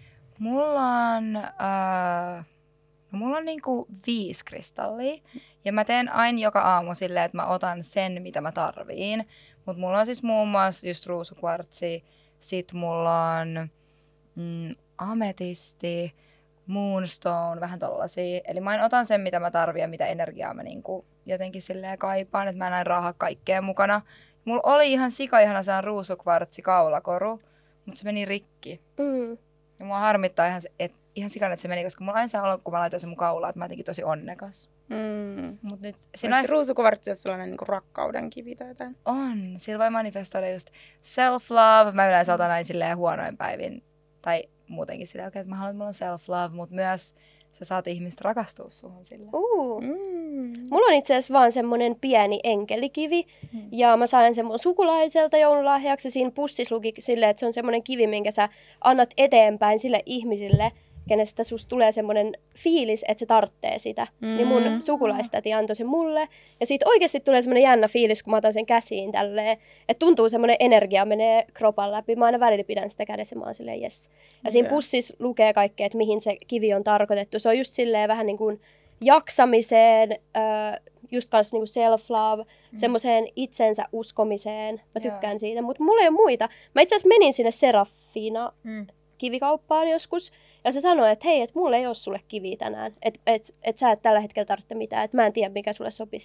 Speaker 1: Mulla on niinku 5 kristallia. Ja mä teen aina joka aamu silleen, että mä otan sen, mitä mä tarviin. Mut mulla on siis muun muassa just ruusukvartsi. Sit mulla on ametisti, moonstone, vähän tollasia. Eli mä otan sen, mitä mä tarviin ja mitä energiaa mä niinku jotenkin silleen kaipaan. Että mä en aina raaha kaikkea mukana. Mulla oli ihan sika-ihana sehän ruusukvartsi kaulakoru, mutta se meni rikki. Ja mua harmittaa ihan sikana, että se meni, koska mulla aina se olo, kun mä laitan sen mun kaulaan, että mä jotenkin tosi onnekas. Mut nyt,
Speaker 2: se ruusukvartsi on sellainen niin kuin rakkauden kivi tai jotain?
Speaker 1: On. Sillä voi manifestoida just self-love. Mä yleensä otan näin silleen huonoin päivin. Tai muutenkin silleen, että mä haluan, että mulla on self-love, mutta myös sä saat ihmistä rakastua suhun silleen.
Speaker 3: Mulla on itse asiassa vaan semmonen pieni enkelikivi. Ja mä sain sen mun sukulaiselta joululahjaksi. Siinä pussissa luki silleen, että se on semmonen kivi, minkä sä annat eteenpäin sille ihmisille, kenestä susta tulee semmoinen fiilis, että se tarttee sitä. Niin mun sukulaistäti antoi sen mulle. Ja siitä oikeasti tulee semmoinen jännä fiilis, kun mä otan sen käsiin tälleen. Että tuntuu semmoinen energia menee kropan läpi. Mä aina välillä pidän sitä kädessä ja mä oon silleen yes. Ja siinä pussissa lukee kaikkea, että mihin se kivi on tarkoitettu. Se on just silleen vähän niin kuin jaksamiseen, just kanssa niin kuin self-love, semmoiseen itsensä uskomiseen. Mä tykkään siitä, mutta mulla ei ole muita. Mä itse asiassa menin sinne Serafina kivikauppaan joskus, ja se sanoi, että hei, että mulla ei ole sulle kiviä tänään, että sä et tällä hetkellä tarvitse mitään, että mä en tiedä, mikä sulle sopisi.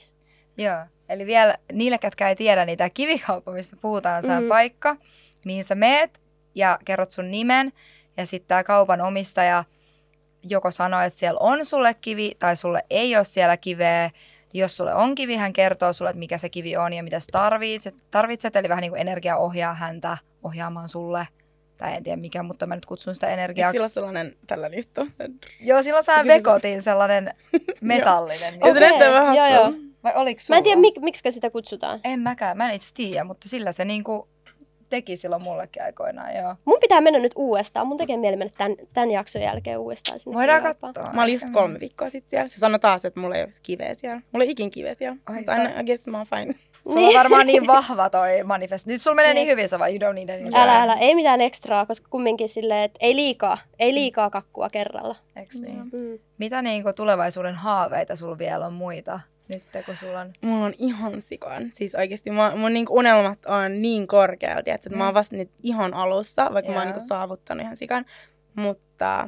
Speaker 1: Joo, eli vielä niille, ketkä ei tiedä, niin tämä kivikauppa, mistä puhutaan, on paikka, mihin sä meet ja kerrot sun nimen. Ja sitten tämä kaupan omistaja joko sanoo, että siellä on sulle kivi tai sulle ei ole siellä kiveä. Jos sulle on kivi, hän kertoo sulle, että mikä se kivi on ja mitä sä tarvitset. Eli vähän niin kuin energia ohjaa häntä ohjaamaan sulle. Tai en tiedä mikä, mutta mä nyt kutsun sitä energiaksi.
Speaker 2: Eikö sillä sellainen tällainen juttu?
Speaker 1: Joo, silloin sä vekotin sellainen metallinen.
Speaker 2: Ja se näyttää vähän
Speaker 3: joo.
Speaker 1: Vai oliko sulla?
Speaker 3: Mä en tiedä, miksi sitä kutsutaan.
Speaker 1: En mäkään, mä en itse tiedä, mutta sillä se niinku teki silloin mullekin aikoinaan, joo.
Speaker 3: Mun pitää mennä nyt uudestaan. Mun tekee mieli mennä tämän jakson jälkeen uudestaan sinne.
Speaker 1: Voidaan katsoa.
Speaker 2: Mä olin just 3 viikkoa sitten siellä. Se sanoi taas, että mulla ei ole kiveä siellä. Mulla ei ikin kiveä siellä. Mutta I guess mä oon fine.
Speaker 1: Sulla on varmaan niin vahva toi manifest. Nyt sulla menee niin hyvin, se vaan you don't need anything.
Speaker 3: Älä, ei mitään ekstraa, koska kumminkin silleen, että ei liikaa kakkua kerralla.
Speaker 1: Eiks niin? Mitä niinku tulevaisuuden haaveita sulla vielä on muita? Nyt kun sulla on...
Speaker 2: Mulla on ihan sikan. Siis oikeesti mun niinku unelmat on niin korkealti, että mä oon vasta nyt ihan alussa, vaikka mä oon niinku saavuttanut ihan sikan. Mutta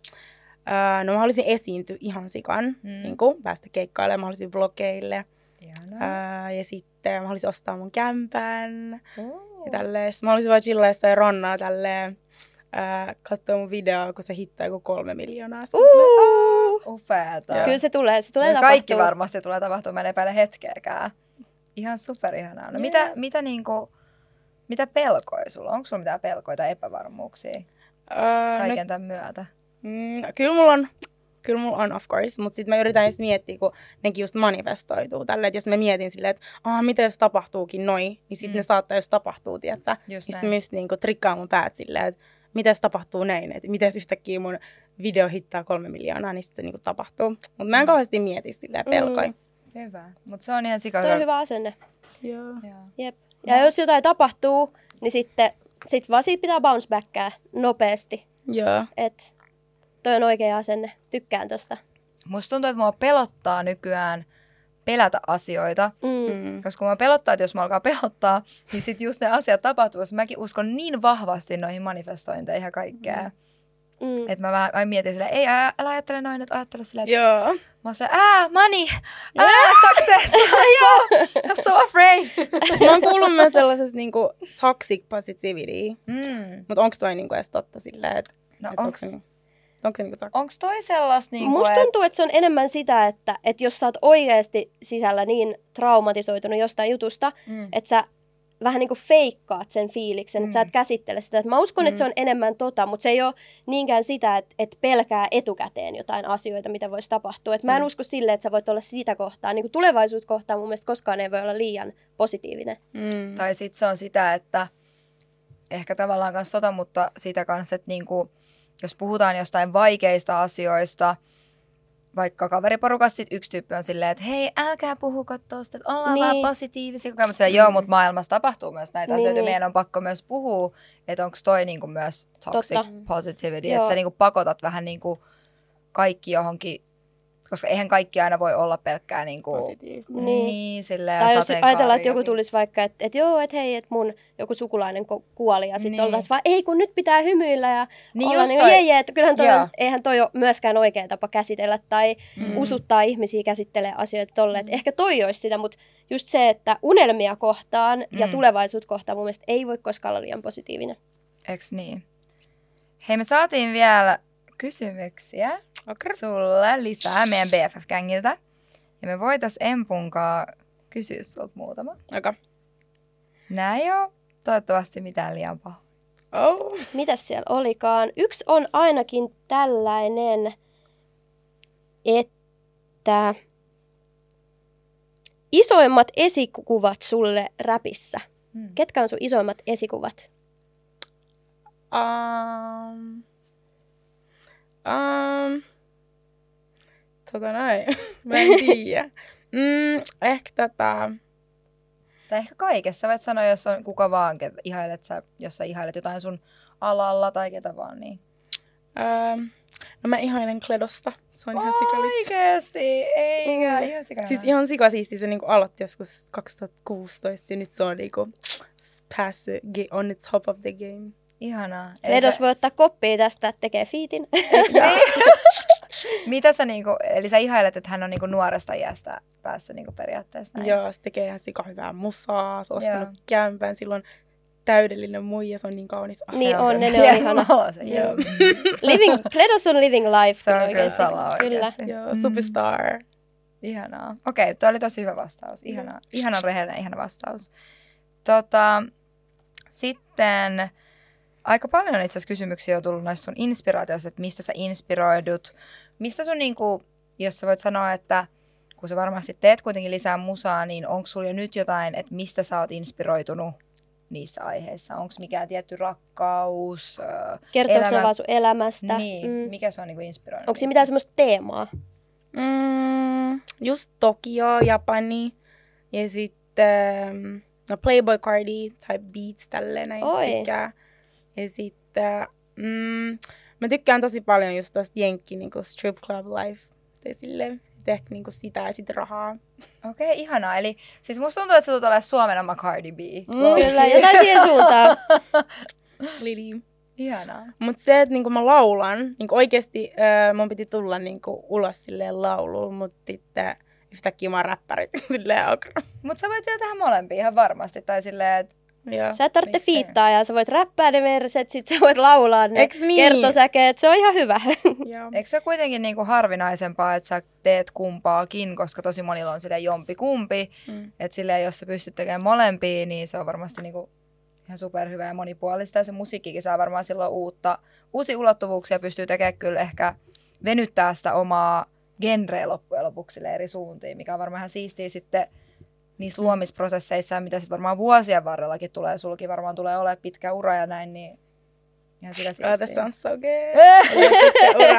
Speaker 2: no mä haluaisin esiintyä ihan sikan, niinku päästä keikkailemaan, mä haluaisin vlogeille. Ja sitten mä haluaisin ostaa mun kämpän. Ja tälleen. Mä haluaisin vaan chillaa jossain ronnaa tälleen. Katsoa mun videoa, kun se hittaa joku 3 miljoonaa.
Speaker 1: Upeeta.
Speaker 3: Kyllä se tulee tapahtua.
Speaker 1: Kaikki varmasti tulee tapahtua, mä en epäile hetkeäkään. Ihan superihanaa. No mitä pelkoja sulla? Onko sulla mitään pelkoja tai epävarmuuksia kaiken tämän myötä?
Speaker 2: Kyllä mulla on, of course, mutta sitten mä yritän just miettiä, kun nekin just manifestoituu tälleen, että jos mä mietin silleen, että mitä jos tapahtuukin noin, niin sitten ne saattaa jos tapahtuu, tietsä. Ja sitten myös niinku trikkaa mun päät silleen, että mitä jos tapahtuu näin, että mitä jos yhtäkkiä mun video hittaa 3 miljoonaa, niin sitten se niinku tapahtuu. Mutta mä en kauheasti mieti silleen pelkoja.
Speaker 1: Hyvä, mutta se on ihan sika
Speaker 3: hyvä. Toi on hyvä asenne.
Speaker 2: Joo.
Speaker 3: Jep. Ja jos jotain tapahtuu, niin sitten vaan siitä pitää bounce backää nopeasti.
Speaker 2: Joo.
Speaker 3: Et toi on oikea asenne. Tykkään tosta.
Speaker 1: Musta tuntuu, että mua pelottaa nykyään pelätä asioita. Koska mua pelottaa, että jos mä alkaa pelottaa, niin sit just ne asiat tapahtuu. Koska mäkin uskon niin vahvasti noihin manifestointeihin ja kaikkea. Että mä vähän mietin silleen, ei älä ajattele noin, että ajattele silleen, että
Speaker 2: joo.
Speaker 1: Mä oon silleen, money, success, I'm so afraid.
Speaker 2: Mä oon kuullut myös sellaisesta niinku toxic positivity. Mutta onko toi niinku edes totta silleen, että onko se niinku toxic?
Speaker 1: Onko toi sellaista niinku,
Speaker 3: musta tuntuu, että se on enemmän sitä, että jos sä oot oikeasti sisällä niin traumatisoitunut jostain jutusta, että sä vähän niin kuin feikkaat sen fiiliksen, että sä et käsittele sitä. Et mä uskon, että se on enemmän mutta se ei ole niinkään sitä, että pelkää etukäteen jotain asioita, mitä voisi tapahtua. Et mä en usko silleen, että sä voit olla sitä kohtaa. Niin kuin tulevaisuutta kohtaan mun mielestä koskaan ei voi olla liian positiivinen.
Speaker 1: Tai sitten se on sitä, että ehkä tavallaan kanssa mutta sitä kanssa, että niinku, jos puhutaan jostain vaikeista asioista, vaikka kaveriporukassa yksi tyyppi on silleen, että hei, älkää puhuko tosta, että ollaan vaan positiivisia. Mutta joo, mutta maailmassa tapahtuu myös näitä asioita. Meidän on pakko myös puhua, että onko toi niinku myös toxic positivity. Että sä niinku pakotat vähän niinku kaikki johonkin, koska eihän kaikki aina voi olla pelkkää niinku
Speaker 2: positiivista.
Speaker 1: Niin, silleen
Speaker 3: tai jos ajatellaan, että joku tulisi vaikka, että joo, että hei, että mun joku sukulainen kuoli ja sitten oltaisiin vaan, ei kun nyt pitää hymyillä ja olla niin että kyllähän eihän toi ole myöskään oikea tapa käsitellä tai usuttaa ihmisiä käsittelemään asioita tolle. Ehkä toi olisi sitä, mutta just se, että unelmia kohtaan ja tulevaisuutta kohtaan mun mielestä ei voi koskaan olla liian positiivinen.
Speaker 1: Eiks niin? Hei, me saatiin vielä kysymyksiä sulle lisää meidän BFF-kängiltä. Ja me voitais Empunkaa kysyä sulta muutama. Nää ei oo toivottavasti mitään liian pahaa.
Speaker 3: Mitäs siellä olikaan? Yksi on ainakin tällainen, että isoimmat esikuvat sulle räpissä. Ketkä on sun isoimmat esikuvat?
Speaker 2: Mä en tiedä. Ehkä
Speaker 1: Tai ehkä kaikessa. Voit sanoa, jos on kuka vaan, jos sä ihailet jotain sun alalla tai ketä vaan. Niin.
Speaker 2: No mä ihailen Kledosta. Se on ihan sikalitti.
Speaker 1: Oikeesti? Eikä, ihan sikalitti.
Speaker 2: Siis ihan sikasiisti. Se niinku aloitti joskus 2016 ja nyt se on niinku on the top of the game.
Speaker 1: Ihanaa.
Speaker 3: Kledos voi ottaa koppia tästä, että tekee fiitin.
Speaker 1: Mitä sä niinku, eli sä ihailet, että hän on niinku nuoresta iästä päässyt niinku periaatteessa näin?
Speaker 2: Joo, se tekee ihan sika hyvää musaa, se on ostanut kämpän, silloin täydellinen muija, se on niin kaunis asia.
Speaker 3: Niin on, ne on ihana. Kledos on living life.
Speaker 1: Se on kyllä salaa oikeasti.
Speaker 2: Joo, superstar.
Speaker 1: Ihanaa. Okei, tuo oli tosi hyvä vastaus. Ihanan rehellinen, ihana vastaus. Sitten aika paljon on itse asiassa kysymyksiä on tullut näistä sun inspiraatioista, että mistä sä inspiroidut. Mistä sun, niinku, jos sä voit sanoa, että kun sä varmasti teet kuitenkin lisää musaa, niin onko sulla jo nyt jotain, että mistä sä oot inspiroitunut niissä aiheissa? Onko mikään tietty rakkaus?
Speaker 3: Kertooko se vaan sun elämästä?
Speaker 1: Niin, mikä se on niinku inspiroinut?
Speaker 3: Onko siinä mitään semmoista teemaa?
Speaker 2: Just Tokio, Japani ja sitten Playboy Cardi type beats tälleen näin tykkää. Ja sitten mä tykkään tosi paljon just tosta jenkki niinku strip club life. Tai silleen, ehkä niinku sitä ja sit rahaa.
Speaker 1: Okei, ihanaa. Eli siis musta tuntuu, että sä tulet olemaan Suomen oma Cardi B.
Speaker 3: Kyllä, jotain siihen suuntaan.
Speaker 2: Lili.
Speaker 1: Ihanaa.
Speaker 2: Mut se, että niinku mä laulan, niinku oikeesti mun piti tulla niinku ulos silleen lauluun, mut sitten yhtäkkiä mä oon räppäri silleen okay.
Speaker 1: Mut sä voit vielä tehdä molempia ihan varmasti, tai silleen, että
Speaker 3: sä et tarvitse fiittaa ja sä voit räppää ne verset, sit sä voit laulaa ne kertosäkeet, se on ihan hyvä.
Speaker 1: Eikö se kuitenkin niinku harvinaisempaa, että sä teet kumpaakin, koska tosi monilla on silleen jompi kumpi, että silleen jos sä pystyt tekemään molempia, niin se on varmasti niinku ihan superhyvä ja monipuolista ja se musiikkikin saa varmaan silloin uusia ulottuvuuksia, pystyy tekemään kyllä ehkä venyttää sitä omaa genreä loppujen lopuksi eri suuntiin, mikä on varmaan ihan siistiä sitten niissä luomisprosesseissa, mitä sitten varmaan vuosien varrellakin tulee, sulki varmaan tulee olemaan pitkä ura ja näin, niin ihan sitä siistiä.
Speaker 2: Oh, that sounds so good. Pitkä ura.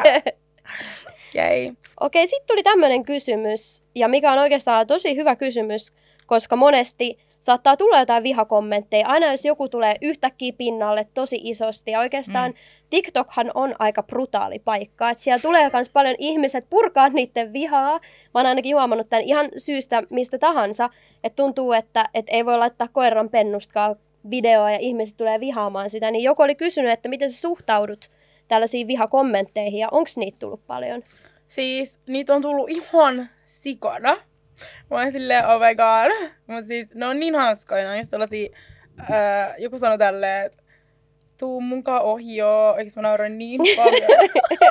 Speaker 2: Yay.
Speaker 3: Okei, sitten tuli tämmöinen kysymys, ja mikä on oikeastaan tosi hyvä kysymys, koska monesti saattaa tulla jotain vihakommentteja, aina jos joku tulee yhtäkkiä pinnalle tosi isosti, ja oikeastaan TikTokhan on aika brutaali paikka, että siellä tulee myös paljon ihmiset purkaa niiden vihaa. Mä oon ainakin huomannut tämän ihan syystä mistä tahansa, että tuntuu, että ei voi laittaa koiran pennustakaan videoa ja ihmiset tulee vihaamaan sitä, niin joku oli kysynyt, että miten sä suhtaudut tällaisiin vihakommentteihin ja onko niitä tullut paljon?
Speaker 2: Siis niitä on tullut ihan sikana. Mä oon silleen, oh my god. Mut siis ne on niin hauskoja, ne on just sellaisia, joku sanoi tälleen, että tuu munkaan ohjoo, eikö mä nauroin niin paljon.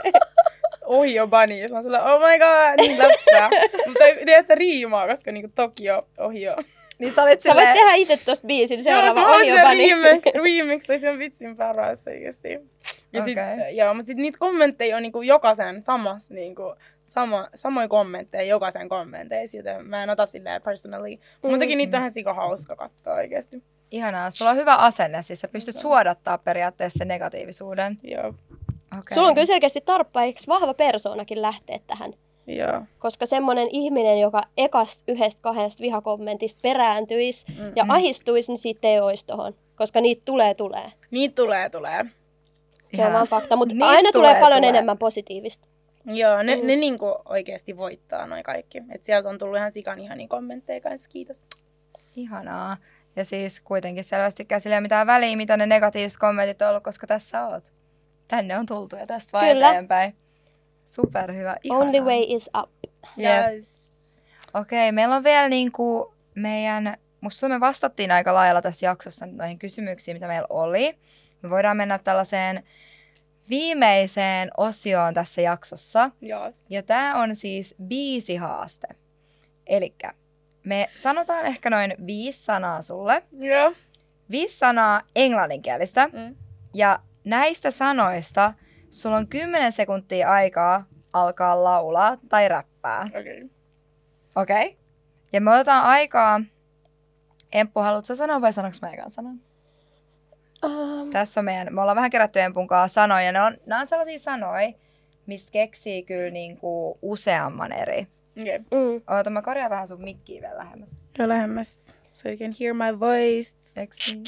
Speaker 2: Ohjo bunny, ja mä oon silleen, oh my god, niin läppää. Mutta tiedät sä riimaa, koska niinku Tokio, ohjo.
Speaker 1: Niin sä voit
Speaker 3: tehdä itse tosta biisin seuraava ohjo bunny.
Speaker 2: Remix, se on vitsin paras oikeesti. Ja okay. Mutta sit niitä kommentteja on niinku jokaisen samassa niinku, samoin kommentteja jokaisen kommenteissa, joten mä en ota silleen personally. Muutenkin niitä on ihan sika hauska katsoa oikeesti.
Speaker 1: Ihanaa, sulla on hyvä asenne, siis sä pystyt suodattaa periaatteessa sen negatiivisuuden.
Speaker 2: Joo.
Speaker 1: Okay.
Speaker 3: Sulla on kyllä selkeästi tarpeeksi vahva persoonakin lähteä tähän.
Speaker 2: Joo.
Speaker 3: Koska semmoinen ihminen, joka ekasta 1-2 vihakommentista perääntyisi ja ahistuisi, niin siitä ei olisi tohon. Koska niitä tulee.
Speaker 2: Niitä tulee.
Speaker 3: Se on vaan fakta, mutta aina tulee paljon enemmän positiivista.
Speaker 2: Joo, ne niinku oikeasti voittaa noi kaikki. Et sieltä on tullut ihan sikan ihania kommentteja kanssa, kiitos.
Speaker 1: Ihanaa. Ja siis kuitenkin selvästi käsillä ei ole mitään väliä, mitä ne negatiiviset kommentit on ollut, koska tässä oot. Tänne on tultu ja tästä vaan eteenpäin. Superhyvä, ihanaa.
Speaker 3: Only way is up.
Speaker 2: Yes.
Speaker 1: Okei, meillä on vielä niinku musta me vastattiin aika lailla tässä jaksossa noihin kysymyksiin, mitä meillä oli. Me voidaan mennä tällaiseen viimeiseen osioon tässä jaksossa.
Speaker 2: Yes.
Speaker 1: Ja tää on siis biisihaaste. Elikkä me sanotaan ehkä noin 5 sanaa sulle.
Speaker 2: Joo.
Speaker 1: 5 sanaa englanninkielistä. Ja näistä sanoista sulla on 10 sekuntia aikaa alkaa laulaa tai räppää. Okei? Ja me otetaan aikaa. Emppu, haluatko sanoa vai sanoinko mä ekan sanan? Tässä on me ollaan vähän kerätty Empun kanssa sanoja. Nämä on sellaisia sanoja, mistä keksii kyllä niinku useamman eri.
Speaker 2: Okay.
Speaker 1: Oota, mä korjaan vähän sun mikkiä vielä lähemmäs.
Speaker 2: Joo, lähemmäs. So you can hear my voice.
Speaker 1: Seksi.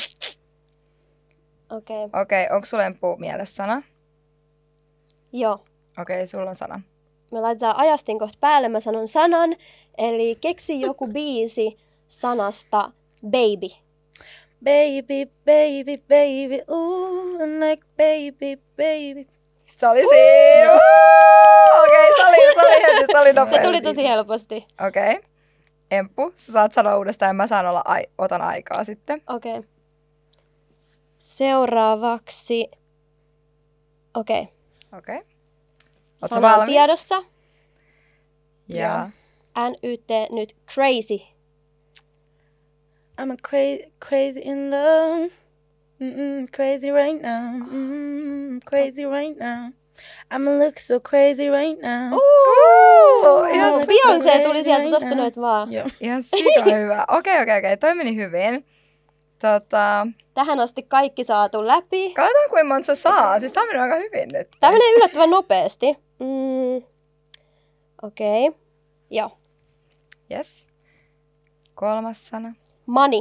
Speaker 3: Okei,
Speaker 1: onko sulla Emppu mielessä sana?
Speaker 3: Joo.
Speaker 1: Okei, sulla on sana.
Speaker 3: Me laitetaan ajastin kohta päälle, mä sanon sanan. Eli keksi joku biisi sanasta baby.
Speaker 2: Baby, baby, baby, ooh, like baby, baby.
Speaker 1: Se oli siinä. Okei, se oli heti, se oli nopea.
Speaker 3: Se tuli tosi helposti.
Speaker 1: Okei. Emppu, sä saat sanoa uudestaan ja mä saan otan aikaa sitten.
Speaker 3: Okei. Seuraavaksi. Okei.
Speaker 1: Okei. Oot sä
Speaker 3: Sana on
Speaker 1: valmis?
Speaker 3: tiedossa.
Speaker 1: Ja.
Speaker 3: NYT nyt crazy.
Speaker 2: I'm crazy in love. Crazy right now. Crazy right now. I'ma look so crazy right now.
Speaker 1: Ihan
Speaker 2: Oh,
Speaker 3: Beyoncé tuli sieltä
Speaker 2: right
Speaker 3: tosta
Speaker 2: now.
Speaker 3: noit vaan.
Speaker 2: Joo.
Speaker 1: Ihan sika hyvä. Okei. Toi meni hyvin.
Speaker 3: Tähän asti kaikki saatu läpi.
Speaker 1: Katsotaan kuinka monta sä saa. Siis tää on mennyt aika hyvin nyt.
Speaker 3: Tää menee yllättävän nopeasti. Okei. Joo.
Speaker 1: Yes. 3. sana.
Speaker 3: Money.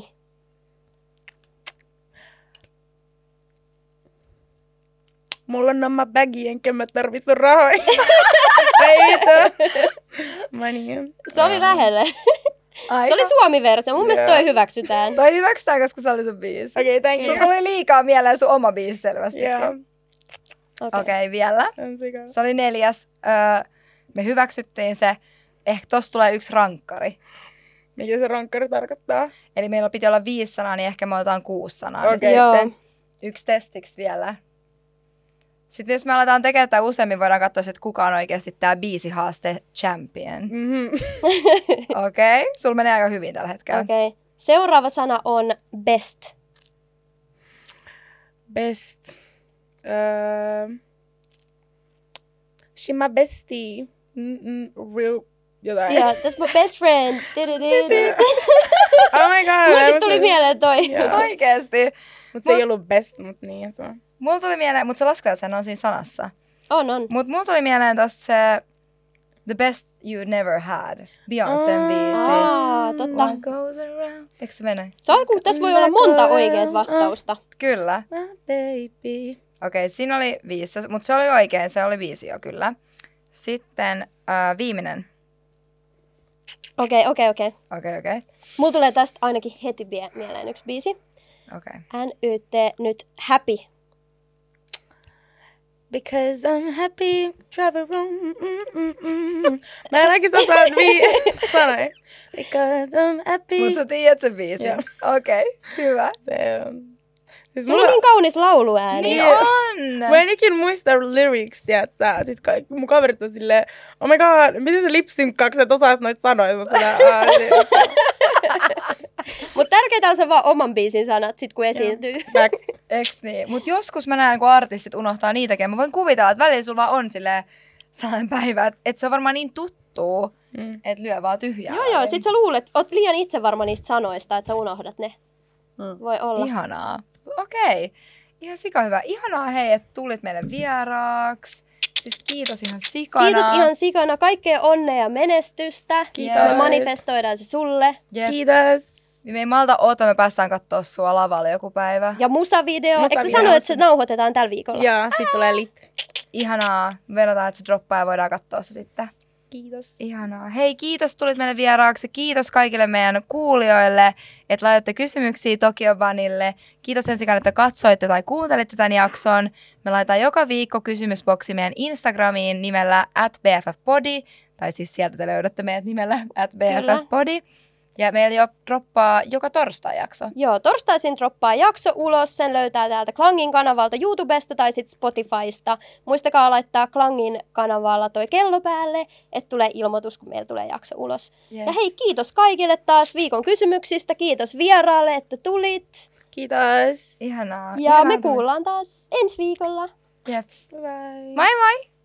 Speaker 2: Mulla on nämä bagi, enkä mä tarvi sun rahoja. Peitä. Money.
Speaker 3: Se oli lähellä. Se oli suomi-versio. Mun mielestä toi hyväksytään.
Speaker 1: Toi hyväksytään, koska se oli sun biisi.
Speaker 2: Okei, thank
Speaker 1: Sulla
Speaker 2: you.
Speaker 1: tuli liikaa mieleen sun oma biisi selvästikin.
Speaker 2: Joo.
Speaker 1: Okei, vielä.
Speaker 2: On sika.
Speaker 1: Se oli 4. Me hyväksyttiin se. Ehkä tossa tulee 1 rankkari.
Speaker 2: Mikä se rankkari tarkoittaa?
Speaker 1: Eli meillä piti olla 5 sanaa, niin ehkä me otetaan 6 sanaa. Niin
Speaker 2: Okei.
Speaker 3: Joo.
Speaker 1: sitten 1 testiksi vielä. Sitten jos me aletaan tekemään tätä useammin, voidaan katsoa, että kuka on oikeasti tää biisihaaste champion. Okei, sulla menee aika hyvin tällä hetkellä.
Speaker 3: Okei. Seuraava sana on best.
Speaker 2: Best. She my bestie. Real. Jotain.
Speaker 3: Ja that's my best friend.
Speaker 2: Oh my god.
Speaker 3: Mullekin tuli mieleen toi.
Speaker 2: Joo.
Speaker 1: Oikeesti.
Speaker 2: Mut se ei ollut best, mut niin se on.
Speaker 1: Mulla tuli mieleen, mutta se lasketaan sen on siinä sanassa.
Speaker 3: On.
Speaker 1: Mut mulla tuli mieleen tossa se The Best You Never Had. Beyoncén biisi.
Speaker 3: Totta.
Speaker 1: What goes around. Eikö se mene?
Speaker 3: Se on, kun tässä voi olla monta oikeat vastausta.
Speaker 1: Kyllä.
Speaker 2: My baby.
Speaker 1: Okei, siinä oli 5, mutta se oli oikein, se oli 5 jo kyllä. Sitten viimeinen.
Speaker 3: Okei.
Speaker 1: Okei.
Speaker 3: Mulla tulee tästä ainakin heti mieleen yksi biisi. NYT nyt happy.
Speaker 2: Because I'm happy, drive around. Mä en äkkiä saa sanoa. Because I'm happy.
Speaker 1: Mutta sä tiedät sen biisin.
Speaker 2: Joo.
Speaker 1: Okei, hyvä.
Speaker 2: Se on. Siis
Speaker 3: Sulla on niin kaunis lauluääni.
Speaker 1: Niin
Speaker 2: Niin.
Speaker 1: on!
Speaker 2: Mä en ikin muista lyrics, tiedätkö? Sit kaikki mun kaverit on silleen, oh my god, miten se lipsynkkaaks, että osais noit sanoja? Mä sanoin,
Speaker 3: Mutta tärkeintä on se vaan oman biisin sanat, sit kun esiintyy.
Speaker 2: facts.
Speaker 1: Eks niin? Mut joskus mä näen, kun artistit unohtaa niitäkin. Mä voin kuvitella, että välillä sulla vaan on silleen sellainen päivä, että se on varmaan niin tuttuu, että lyö vaan tyhjää.
Speaker 3: Joo, sit sä luulet, oot liian itse varma niistä sanoista, että sä unohdat ne. Voi olla.
Speaker 1: Ihanaa. Okei. Ihan sika hyvä. Ihanaa hei, että tulit meille vieraaksi. Siis kiitos ihan sikana.
Speaker 3: Kiitos ihan sikana. Kaikkea onnea ja menestystä.
Speaker 2: Kiitos.
Speaker 3: Me manifestoidaan se sulle.
Speaker 1: Jep.
Speaker 2: Kiitos.
Speaker 1: Me ei malta oota, me päästään katsoa sua lavalla joku päivä.
Speaker 3: Ja musavideo. Eikö sä
Speaker 2: Musavideo.
Speaker 3: sano, että se nauhoitetaan tällä viikolla?
Speaker 2: Ja sit tulee lit.
Speaker 1: Ihanaa. Vedotaan, että se droppaa ja voidaan katsoa se sitten.
Speaker 2: Kiitos.
Speaker 1: Ihanaa. Hei, kiitos tulit meille vieraaksi. Kiitos kaikille meidän kuulijoille, että laitatte kysymyksiä Tokyo Bunnylle. Kiitos ensikaan, että katsoitte tai kuuntelitte tämän jakson. Me laitetaan joka viikko kysymysboksi meidän Instagramiin nimellä @bffpodi. Tai siis sieltä te löydätte meidät nimellä @bffpodi. Ja meillä jo droppaa joka torstai jakso.
Speaker 3: Joo, torstaisin droppaa jakso ulos. Sen löytää täältä Klangin kanavalta YouTubesta tai sitten Spotifysta. Muistakaa laittaa Klangin kanavalla toi kello päälle, että tulee ilmoitus, kun meillä tulee jakso ulos.
Speaker 1: Yes.
Speaker 3: Ja hei, kiitos kaikille taas viikon kysymyksistä. Kiitos vieraalle, että tulit.
Speaker 2: Kiitos.
Speaker 1: Ihanaa.
Speaker 3: Ja
Speaker 1: Ihanaa
Speaker 3: me
Speaker 1: tulit.
Speaker 3: kuullaan taas ensi viikolla.
Speaker 1: Jep.
Speaker 2: Bye bye.
Speaker 1: Moi moi!